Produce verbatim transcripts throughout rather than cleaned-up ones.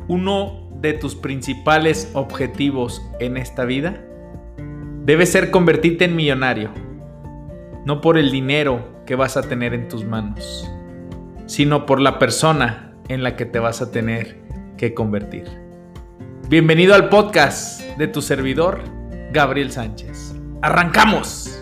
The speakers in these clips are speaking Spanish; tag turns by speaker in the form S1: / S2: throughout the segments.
S1: uno de tus principales objetivos en esta vida debe ser convertirte en millonario, no por el dinero que vas a tener en tus manos, sino por la persona en la que te vas a tener que convertir. Bienvenido al podcast de tu servidor, Gabriel Sánchez. ¡Arrancamos!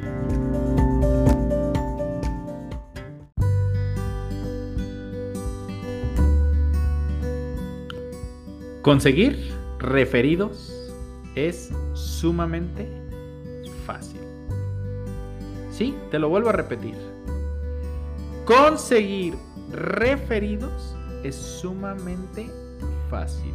S1: Conseguir referidos es sumamente fácil. Sí, te lo vuelvo a repetir. Conseguir referidos es sumamente fácil.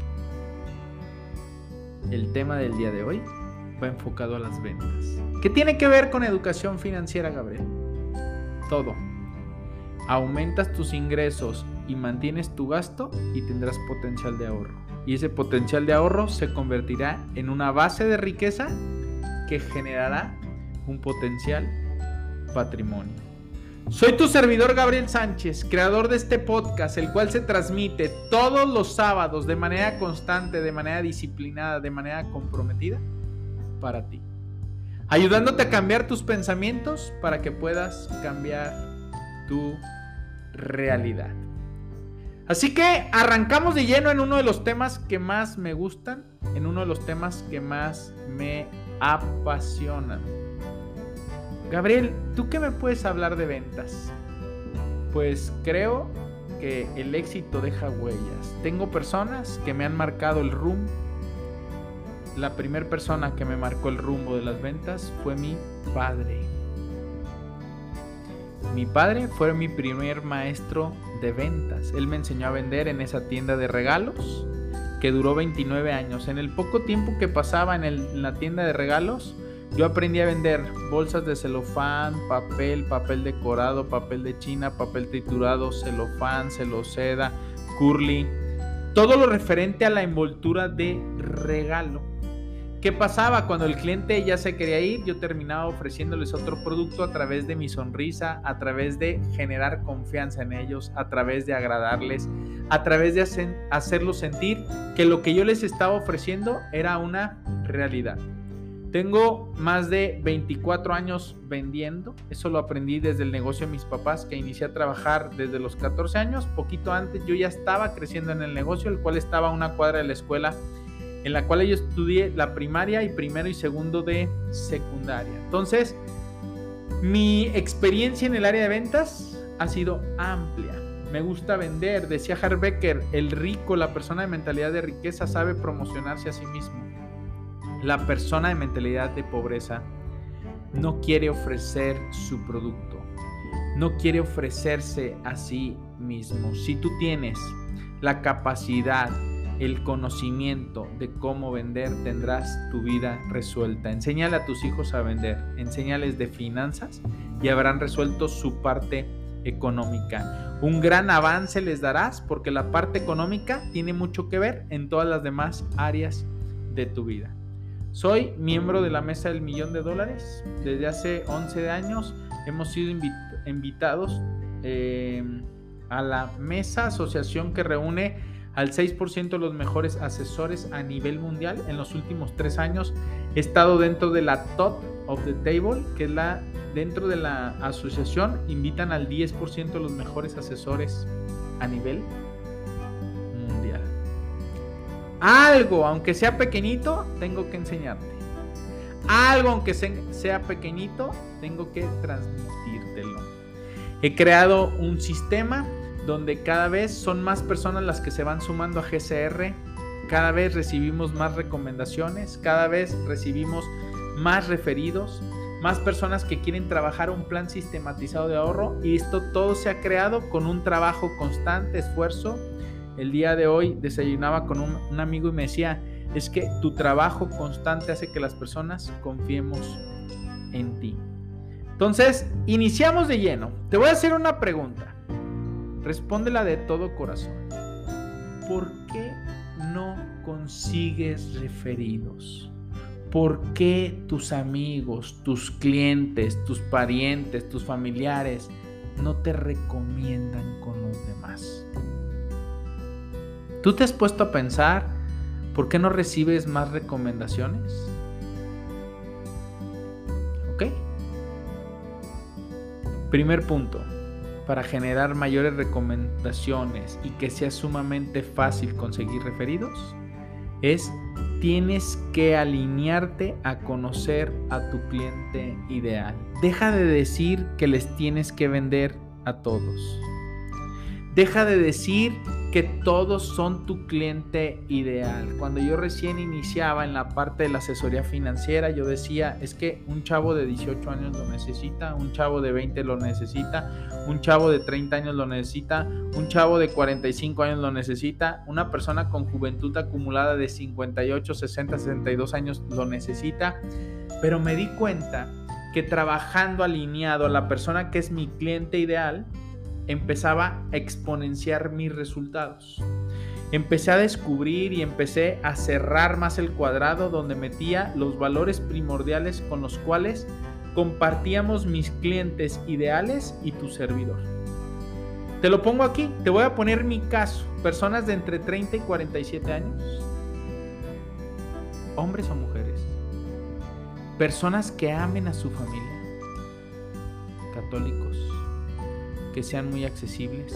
S1: El tema del día de hoy va enfocado a las ventas. ¿Qué tiene que ver con educación financiera, Gabriel? Todo. Aumentas tus ingresos y mantienes tu gasto y tendrás potencial de ahorro. Y ese potencial de ahorro se convertirá en una base de riqueza que generará un potencial patrimonio. Soy tu servidor Gabriel Sánchez, creador de este podcast, el cual se transmite todos los sábados de manera constante, de manera disciplinada, de manera comprometida para ti, ayudándote a cambiar tus pensamientos para que puedas cambiar tu realidad. Así que arrancamos de lleno en uno de los temas que más me gustan, en uno de los temas que más me apasionan. Gabriel, ¿tú qué me puedes hablar de ventas? Pues creo que el éxito deja huellas. Tengo personas que me han marcado el rumbo. La primera persona que me marcó el rumbo de las ventas fue mi padre. Mi padre fue mi primer maestro de ventas. Él me enseñó a vender en esa tienda de regalos que duró veintinueve años. En el poco tiempo que pasaba en, el, en la tienda de regalos, yo aprendí a vender bolsas de celofán, papel, papel decorado, papel de China, papel triturado, celofán, celoseda, curly, todo lo referente a la envoltura de regalo. ¿Qué pasaba? Cuando el cliente ya se quería ir, yo terminaba ofreciéndoles otro producto a través de mi sonrisa, a través de generar confianza en ellos, a través de agradarles, a través de hacer, hacerlos sentir que lo que yo les estaba ofreciendo era una realidad. Tengo más de veinticuatro años vendiendo. Eso lo aprendí desde el negocio de mis papás, que inicié a trabajar desde los catorce años. Poquito antes yo ya estaba creciendo en el negocio, el cual estaba a una cuadra de la escuela en la cual yo estudié la primaria y primero y segundo de secundaria. Entonces, mi experiencia en el área de ventas ha sido amplia. Me gusta vender. Decía Harry Becker, el rico, la persona de mentalidad de riqueza, sabe promocionarse a sí mismo. La persona de mentalidad de pobreza no quiere ofrecer su producto, no quiere ofrecerse a sí mismo. Si tú tienes la capacidad, el conocimiento de cómo vender, tendrás tu vida resuelta. Enséñale a tus hijos a vender, enséñales de finanzas y habrán resuelto su parte económica. Un gran avance les darás porque la parte económica tiene mucho que ver en todas las demás áreas de tu vida. Soy miembro de la Mesa del Millón de Dólares. Desde hace once años hemos sido invit- invitados eh, a la Mesa, asociación que reúne al seis por ciento de los mejores asesores a nivel mundial. En los últimos tres años he estado dentro de la Top of the Table, que es la, dentro de la asociación, invitan al diez por ciento de los mejores asesores a nivel mundial. Algo, aunque sea pequeñito, tengo que enseñarte. Algo, aunque sea pequeñito, tengo que transmitírtelo. He creado un sistema donde cada vez son más personas las que se van sumando a G C R, cada vez recibimos más recomendaciones, cada vez recibimos más referidos, más personas que quieren trabajar un plan sistematizado de ahorro, y esto todo se ha creado con un trabajo constante, esfuerzo. El día de hoy desayunaba con un, un amigo y me decía, es que tu trabajo constante hace que las personas confiemos en ti. Entonces, iniciamos de lleno. Te voy a hacer una pregunta. Respóndela de todo corazón. ¿Por qué no consigues referidos? ¿Por qué tus amigos, tus clientes, tus parientes, tus familiares no te recomiendan con los demás? ¿Tú te has puesto a pensar por qué no recibes más recomendaciones? ¿Ok? Primer punto, para generar mayores recomendaciones y que sea sumamente fácil conseguir referidos, es tienes que alinearte a conocer a tu cliente ideal. Deja de decir que les tienes que vender a todos. Deja de decir que todos son tu cliente ideal. Cuando yo recién iniciaba en la parte de la asesoría financiera, yo decía, es que un chavo de dieciocho años lo necesita, un chavo de veinte lo necesita, un chavo de treinta años lo necesita, un chavo de cuarenta y cinco años lo necesita, una persona con juventud acumulada de cincuenta y ocho, sesenta, sesenta y dos años lo necesita. Pero me di cuenta que trabajando alineado a la persona que es mi cliente ideal, empezaba a exponenciar mis resultados. Empecé a descubrir y empecé a cerrar más el cuadrado donde metía los valores primordiales con los cuales compartíamos mis clientes ideales y tu servidor. Te lo pongo aquí, te voy a poner mi caso. Personas de entre treinta y cuarenta y siete años, hombres o mujeres, personas que amen a su familia, católicos, que sean muy accesibles,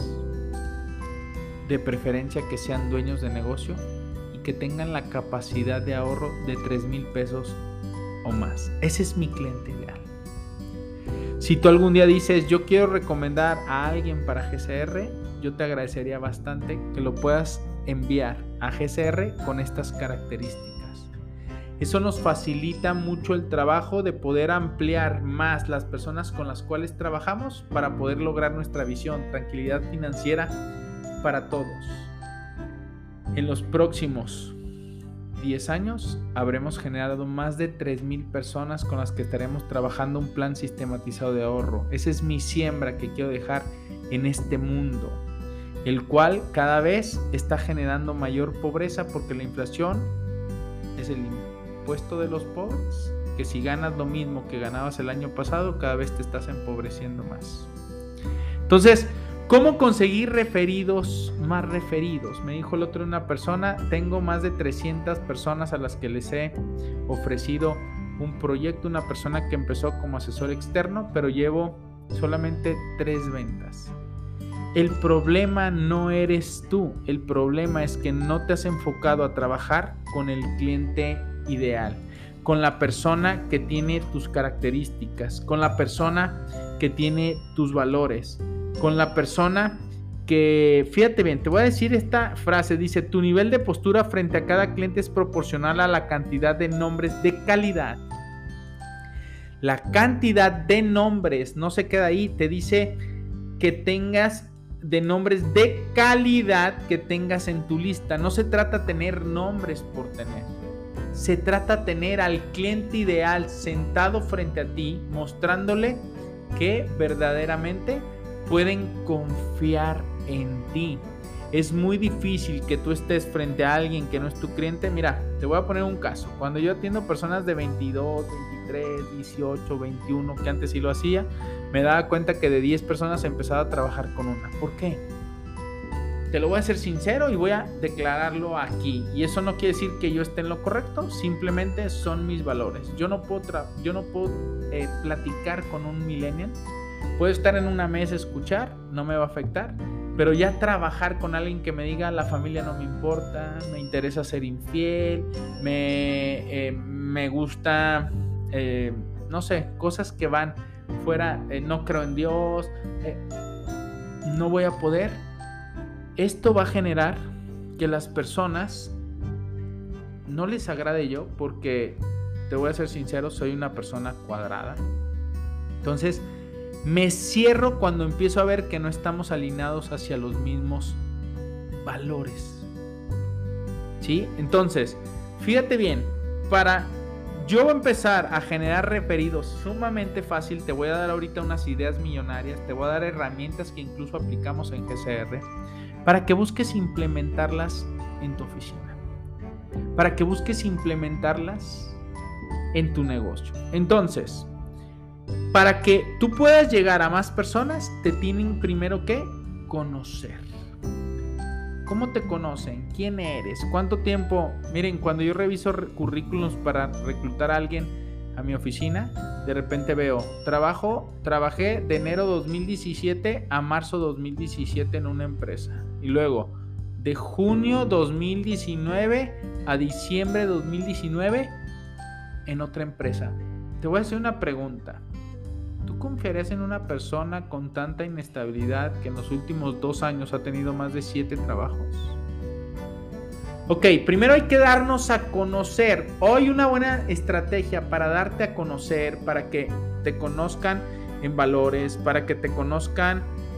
S1: de preferencia que sean dueños de negocio y que tengan la capacidad de ahorro de tres mil pesos o más. Ese es mi cliente ideal. Si tú algún día dices, yo quiero recomendar a alguien para G C R, yo te agradecería bastante que lo puedas enviar a G C R con estas características. Eso nos facilita mucho el trabajo de poder ampliar más las personas con las cuales trabajamos para poder lograr nuestra visión, tranquilidad financiera para todos. En los próximos diez años habremos generado más de tres mil personas con las que estaremos trabajando un plan sistematizado de ahorro. Esa es mi siembra que quiero dejar en este mundo, el cual cada vez está generando mayor pobreza porque la inflación es el impuesto de los pobres, que si ganas lo mismo que ganabas el año pasado, cada vez te estás empobreciendo más. Entonces, ¿cómo conseguir referidos más referidos? Me dijo el otro una persona, tengo más de trescientas personas a las que les he ofrecido un proyecto, una persona que empezó como asesor externo, pero llevo solamente tres ventas. El problema no eres tú, el problema es que no te has enfocado a trabajar con el cliente ideal, con la persona que tiene tus características, con la persona que tiene tus valores, con la persona que, fíjate bien, te voy a decir esta frase, dice, tu nivel de postura frente a cada cliente es proporcional a la cantidad de nombres de calidad. La cantidad de nombres no se queda ahí, te dice que tengas de nombres de calidad que tengas en tu lista. No se trata de tener nombres por tener. Se trata de tener al cliente ideal sentado frente a ti, mostrándole que verdaderamente pueden confiar en ti. Es muy difícil que tú estés frente a alguien que no es tu cliente. Mira, te voy a poner un caso. Cuando yo atiendo personas de veintidós, veintitrés, dieciocho, veintiuno, que antes sí lo hacía, me daba cuenta que de diez personas empezaba a trabajar con una. ¿Por qué? Te lo voy a ser sincero y voy a declararlo aquí. Y eso no quiere decir que yo esté en lo correcto, simplemente son mis valores. Yo no puedo, tra- yo no puedo eh, platicar con un millennial. Puedo estar en una mesa, escuchar, no me va a afectar. Pero ya trabajar con alguien que me diga, la familia no me importa, me interesa ser infiel, me, eh, me gusta, eh, no sé, cosas que van fuera, eh, no creo en Dios, eh, no voy a poder. Esto va a generar que las personas no les agrade yo, porque te voy a ser sincero, soy una persona cuadrada. Entonces, me cierro cuando empiezo a ver que no estamos alineados hacia los mismos valores. ¿Sí? Entonces, fíjate bien, para yo empezar a generar referidos sumamente fácil, te voy a dar ahorita unas ideas millonarias, te voy a dar herramientas que incluso aplicamos en G C R, para que busques implementarlas en tu oficina, para que busques implementarlas en tu negocio. Entonces, para que tú puedas llegar a más personas, te tienen primero que conocer. ¿Cómo te conocen? ¿Quién eres? ¿Cuánto tiempo? Miren, cuando yo reviso currículums para reclutar a alguien a mi oficina, de repente veo, trabajo, trabajé de enero dos mil diecisiete a marzo dos mil diecisiete en una empresa. Y luego, de junio dos mil diecinueve a diciembre dos mil diecinueve en otra empresa. Te voy a hacer una pregunta. ¿Tú confiarías en una persona con tanta inestabilidad que en los últimos dos años ha tenido más de siete trabajos? Ok, primero hay que darnos a conocer. Hoy una buena estrategia para darte a conocer, para que te conozcan en valores, para que te conozcan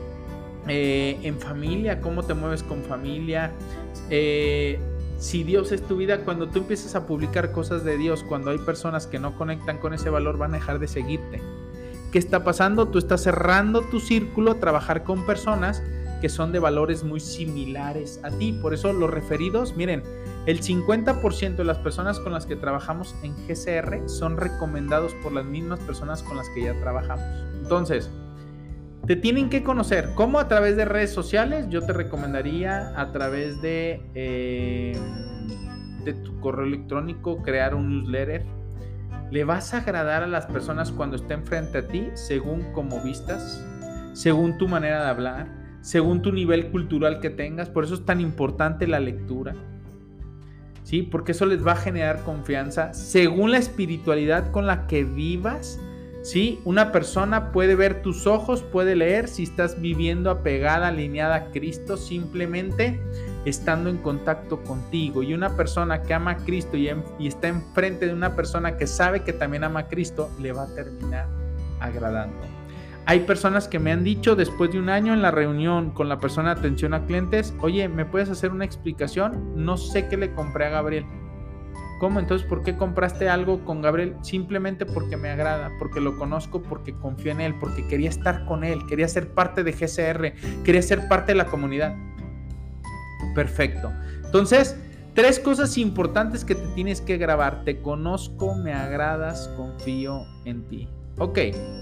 S1: eh, en familia, cómo te mueves con familia, eh, si Dios es tu vida. Cuando tú empiezas a publicar cosas de Dios, cuando hay personas que no conectan con ese valor, van a dejar de seguirte. ¿Qué está pasando? Tú estás cerrando tu círculo a trabajar con personas que son de valores muy similares a ti. Por eso los referidos, miren, el cincuenta por ciento de las personas con las que trabajamos en G C R son recomendados por las mismas personas con las que ya trabajamos. Entonces, te tienen que conocer. ¿Cómo? A través de redes sociales. Yo te recomendaría a través de, eh, de tu correo electrónico crear un newsletter. Le vas a agradar a las personas cuando estén frente a ti según cómo vistas, según tu manera de hablar, según tu nivel cultural que tengas. Por eso es tan importante la lectura, ¿sí? Porque eso les va a generar confianza según la espiritualidad con la que vivas, ¿sí? Una persona puede ver tus ojos, puede leer si estás viviendo apegada, alineada a Cristo, simplemente estando en contacto contigo. Y una persona que ama a Cristo y, en, y está enfrente de una persona que sabe que también ama a Cristo, le va a terminar agradando. Hay personas que me han dicho después de un año en la reunión con la persona de atención a clientes: oye, ¿me puedes hacer una explicación? No sé qué le compré a Gabriel. ¿Cómo? Entonces, ¿por qué compraste algo con Gabriel? Simplemente porque me agrada, porque lo conozco, porque confío en él, porque quería estar con él, quería ser parte de G C R, quería ser parte de la comunidad. Perfecto. Entonces, tres cosas importantes que te tienes que grabar. Te conozco, me agradas, confío en ti. Ok.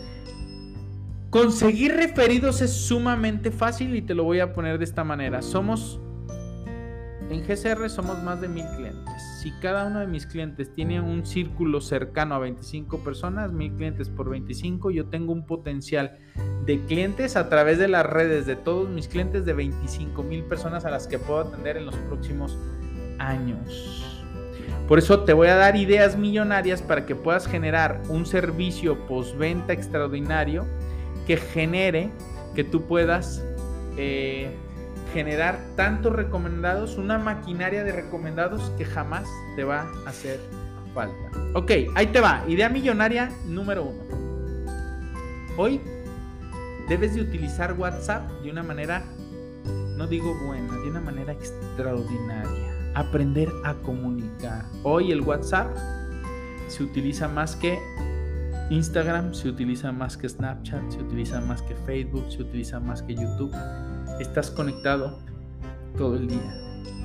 S1: Conseguir referidos es sumamente fácil y te lo voy a poner de esta manera. Somos, en G C R somos más de mil clientes. Si cada uno de mis clientes tiene un círculo cercano a veinticinco personas, mil clientes por veinticinco, yo tengo un potencial de clientes a través de las redes de todos mis clientes de veinticinco mil personas a las que puedo atender en los próximos años. Por eso te voy a dar ideas millonarias para que puedas generar un servicio postventa extraordinario que genere que tú puedas eh, generar tantos recomendados, una maquinaria de recomendados que jamás te va a hacer falta. Ok, ahí te va. Idea millonaria número uno. Hoy debes de utilizar WhatsApp de una manera, no digo buena, de una manera extraordinaria. Aprender a comunicar. Hoy el WhatsApp se utiliza más que Instagram, se utiliza más que Snapchat, se utiliza más que Facebook, se utiliza más que YouTube. Estás conectado todo el día.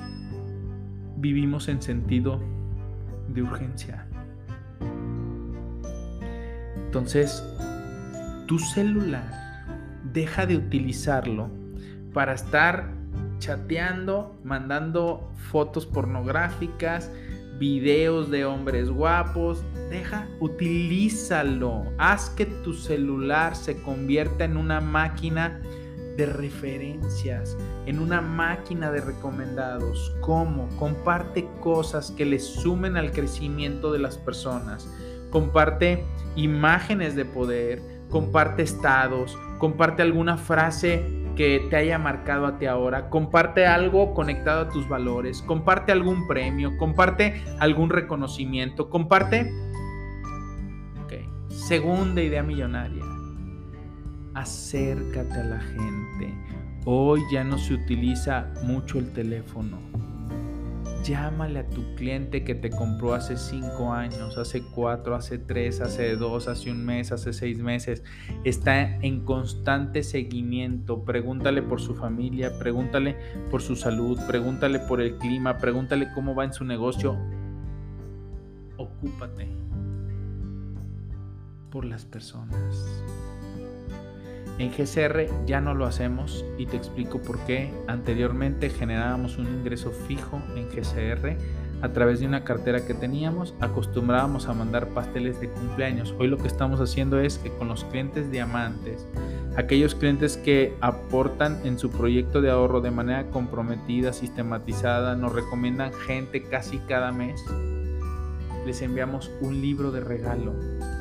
S1: Vivimos en sentido de urgencia. Entonces, tu celular, deja de utilizarlo para estar chateando, mandando fotos pornográficas, videos de hombres guapos. Deja, utilízalo. Haz que tu celular se convierta en una máquina de referencias, en una máquina de recomendados. ¿Cómo? Comparte cosas que le sumen al crecimiento de las personas. Comparte imágenes de poder, comparte estados, comparte alguna frase que te haya marcado a ti ahora, comparte algo conectado a tus valores, comparte algún premio, comparte algún reconocimiento, comparte. Okay. Segunda idea millonaria. Acércate a la gente. Hoy ya no se utiliza mucho el teléfono. Llámale a tu cliente que te compró hace cinco años, hace cuatro, hace tres, hace dos, hace un mes, hace seis meses. Está en constante seguimiento. Pregúntale por su familia, pregúntale por su salud, pregúntale por el clima, pregúntale cómo va en su negocio. Ocúpate por las personas. En G C R ya no lo hacemos y te explico por qué. Anteriormente generábamos un ingreso fijo en G C R a través de una cartera que teníamos, acostumbrábamos a mandar pasteles de cumpleaños. Hoy lo que estamos haciendo es que con los clientes diamantes, aquellos clientes que aportan en su proyecto de ahorro de manera comprometida, sistematizada, nos recomiendan gente casi cada mes, les enviamos un libro de regalo.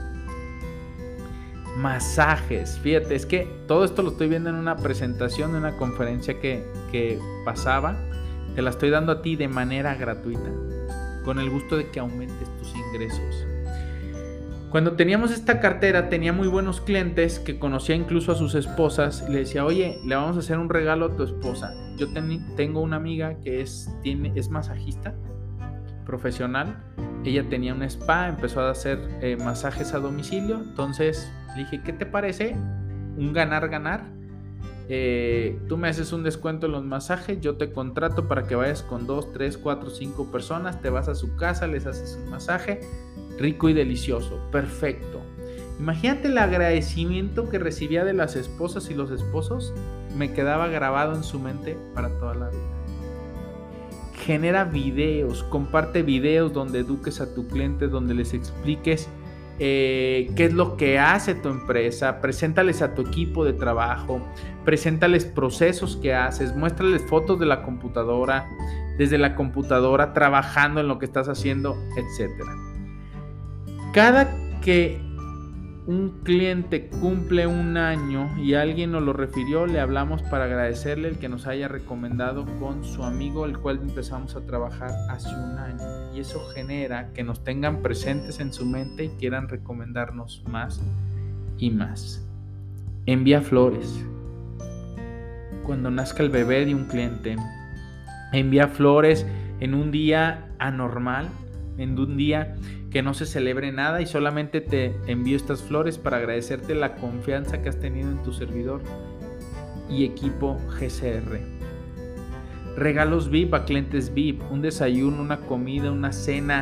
S1: Masajes, fíjate, es que todo esto lo estoy viendo en una presentación de una conferencia que, que pasaba. Te la estoy dando a ti de manera gratuita, con el gusto de que aumentes tus ingresos. Cuando teníamos esta cartera, tenía muy buenos clientes que conocía incluso a sus esposas y le decía, oye, le vamos a hacer un regalo a tu esposa. Yo ten, tengo una amiga que es, tiene, es masajista profesional. Ella tenía un spa, empezó a hacer eh, masajes a domicilio. Entonces le dije, ¿qué te parece? Un ganar-ganar. Eh, tú me haces un descuento en los masajes, yo te contrato para que vayas con dos, tres, cuatro, cinco personas, te vas a su casa, les haces un masaje rico y delicioso. Perfecto. Imagínate el agradecimiento que recibía de las esposas y los esposos, me quedaba grabado en su mente para toda la vida. Genera videos, comparte videos donde eduques a tu cliente, donde les expliques Eh, qué es lo que hace tu empresa, preséntales a tu equipo de trabajo, preséntales procesos que haces, muéstrales fotos de la computadora, desde la computadora, trabajando en lo que estás haciendo, etcétera. Cada que un cliente cumple un año y alguien nos lo refirió, le hablamos para agradecerle el que nos haya recomendado con su amigo, el cual empezamos a trabajar hace un año. Y eso genera que nos tengan presentes en su mente y quieran recomendarnos más y más. Envía flores. Cuando nazca el bebé de un cliente, envía flores en un día anormal, en un día que no se celebre nada y solamente te envío estas flores para agradecerte la confianza que has tenido en tu servidor y equipo G C R. Regalos V I P a clientes V I P, un desayuno, una comida, una cena.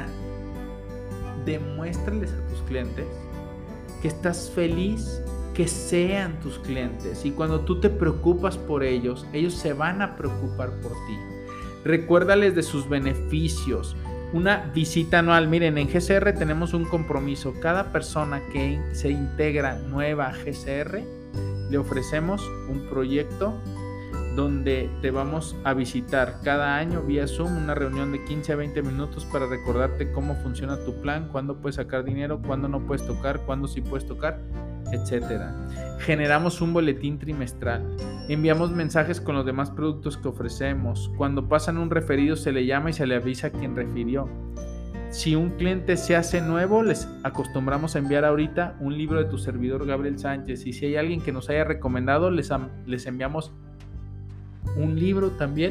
S1: Demuéstrales a tus clientes que estás feliz que sean tus clientes, y cuando tú te preocupas por ellos, ellos se van a preocupar por ti. Recuérdales de sus beneficios. Una visita anual. Miren, en G C R tenemos un compromiso. Cada persona que se integra nueva a G C R, le ofrecemos un proyecto donde te vamos a visitar cada año vía Zoom, una reunión de quince a veinte minutos para recordarte cómo funciona tu plan, cuándo puedes sacar dinero, cuándo no puedes tocar, cuándo sí puedes tocar, etcétera. Generamos un boletín trimestral, enviamos mensajes con los demás productos que ofrecemos. Cuando pasan un referido se le llama y se le avisa a quien refirió. Si un cliente se hace nuevo, les acostumbramos a enviar ahorita un libro de tu servidor Gabriel Sánchez, y si hay alguien que nos haya recomendado, les, les enviamos un libro también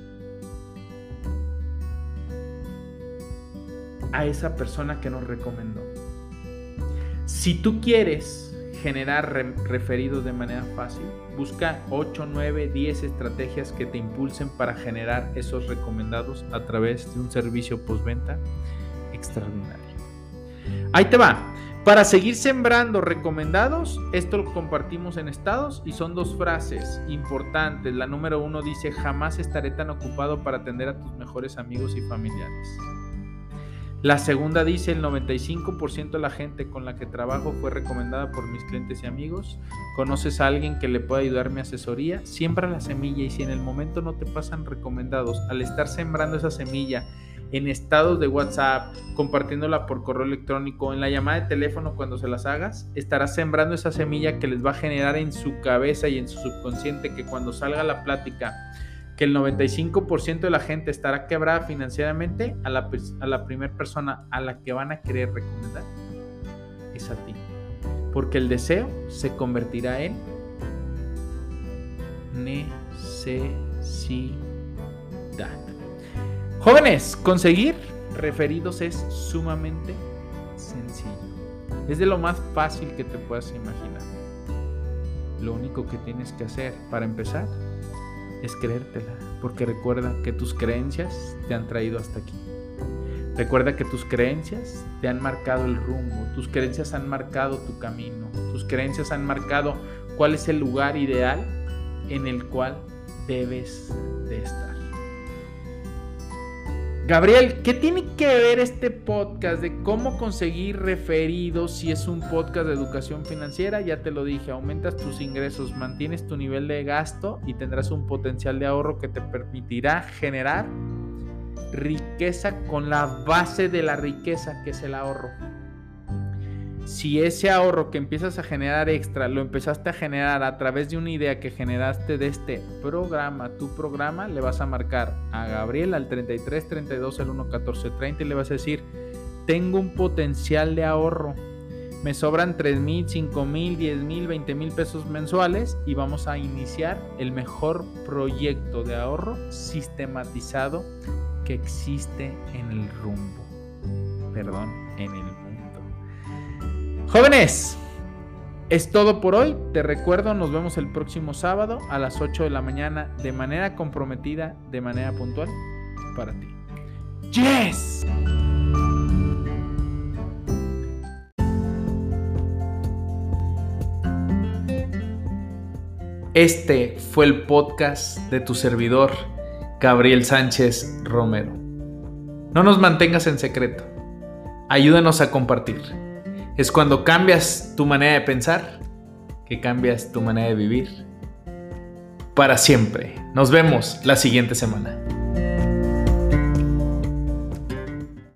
S1: a esa persona que nos recomendó. Si tú quieres generar re- referidos de manera fácil, busca ocho, nueve, diez estrategias que te impulsen para generar esos recomendados a través de un servicio postventa extraordinario. Ahí te va. Para seguir sembrando recomendados, esto lo compartimos en estados y son dos frases importantes. La número uno dice: jamás estaré tan ocupado para atender a tus mejores amigos y familiares. La segunda dice: el noventa y cinco por ciento de la gente con la que trabajo fue recomendada por mis clientes y amigos. ¿Conoces a alguien que le pueda ayudar mi asesoría? Siembra la semilla, y si en el momento no te pasan recomendados, al estar sembrando esa semilla en estados de WhatsApp, compartiéndola por correo electrónico, en la llamada de teléfono cuando se las hagas, estarás sembrando esa semilla que les va a generar en su cabeza y en su subconsciente que cuando salga la plática, que el noventa y cinco por ciento de la gente estará quebrada financieramente, a la, a la primera persona a la que van a querer recomendar es a ti, porque el deseo se convertirá en necesidad. Jóvenes, conseguir referidos es sumamente sencillo. Es de lo más fácil que te puedas imaginar. Lo único que tienes que hacer para empezar es creértela, porque recuerda que tus creencias te han traído hasta aquí. Recuerda que tus creencias te han marcado el rumbo, tus creencias han marcado tu camino, tus creencias han marcado cuál es el lugar ideal en el cual debes de estar. Gabriel, ¿qué tiene que ver este podcast de cómo conseguir referidos si es un podcast de educación financiera? Ya te lo dije, aumentas tus ingresos, mantienes tu nivel de gasto y tendrás un potencial de ahorro que te permitirá generar riqueza con la base de la riqueza, que es el ahorro. Si ese ahorro que empiezas a generar extra lo empezaste a generar a través de una idea que generaste de este programa, tu programa, le vas a marcar a Gabriel al treinta y tres, treinta y dos, cero uno, catorce, treinta y le vas a decir: tengo un potencial de ahorro, me sobran tres mil, cinco mil, diez mil, veinte mil pesos mensuales y vamos a iniciar el mejor proyecto de ahorro sistematizado que existe en el rumbo, perdón, en el mundo. Jóvenes, es todo por hoy. Te recuerdo, nos vemos el próximo sábado a las ocho de la mañana de manera comprometida, de manera puntual para ti. ¡Yes! Este fue el podcast de tu servidor, Gabriel Sánchez Romero. No nos mantengas en secreto. Ayúdanos a compartir. Es cuando cambias tu manera de pensar que cambias tu manera de vivir para siempre. Nos vemos la siguiente semana.